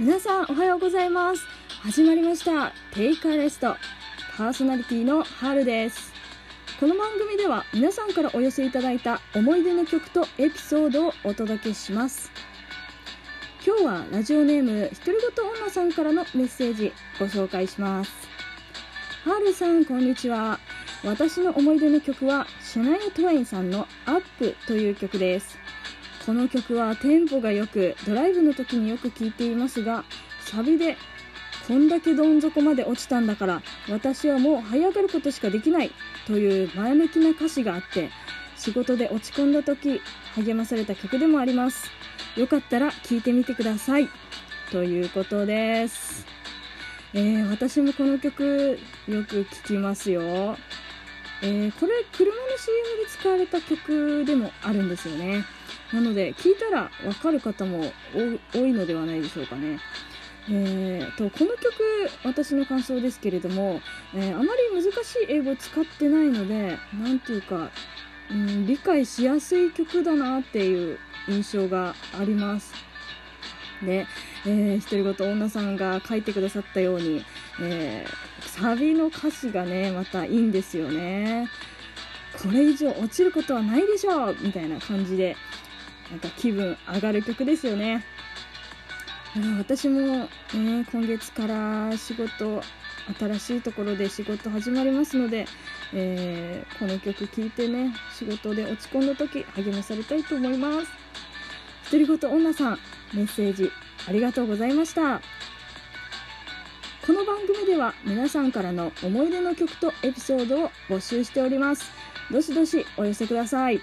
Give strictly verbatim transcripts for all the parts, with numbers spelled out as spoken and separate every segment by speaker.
Speaker 1: 皆さんおはようございます。始まりましたテイカーレスト、パーソナリティのハルです。この番組では皆さんからお寄せいただいた思い出の曲とエピソードをお届けします。今日はラジオネームひとりごと女さんからのメッセージご紹介します。ハルさん、こんにちは。私の思い出の曲はシャナイア・トワインさんのアップという曲です。この曲はテンポが良く、ドライブの時によく聴いていますが、サビでこんだけどん底まで落ちたんだから私はもう這い上がることしかできないという前向きな歌詞があって、仕事で落ち込んだ時励まされた曲でもあります。よかったら聴いてみてくださいということです。えー、私もこの曲よく聴きますよ。えー、これ車の シーエム で使われた曲でもあるんですよね。なので聞いたらわかる方も多いのではないでしょうかね。えー、とこの曲、私の感想ですけれども、えー、あまり難しい英語を使ってないので、なんていうか、うん、理解しやすい曲だなっていう印象があります。で、えー、独り言女さんが書いてくださったように、えー、サビの歌詞がねまたいいんですよね。これ以上落ちることはないでしょうみたいな感じで、なんか気分上がる曲ですよね。私も、ね、今月から仕事、新しいところで仕事始まりますので、えー、この曲聴いてね、仕事で落ち込んだ時励まされたいと思います。独り言女さん、メッセージありがとうございました。この番組では皆さんからの思い出の曲とエピソードを募集しております。どしどしお寄せください。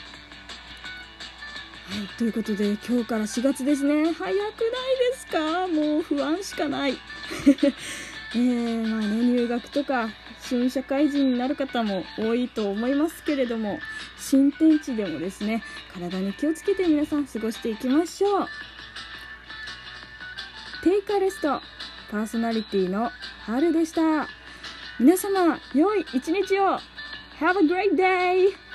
Speaker 1: はい、ということで今日からしがつですね。早くないですか？もう不安しかない、えーまあね、入学とか新社会人になる方も多いと思いますけれども、新天地でもですね、体に気をつけて皆さん過ごしていきましょう。テイカーレスト、パーソナリティのハルでした。皆様良い一日を。 Have a great day!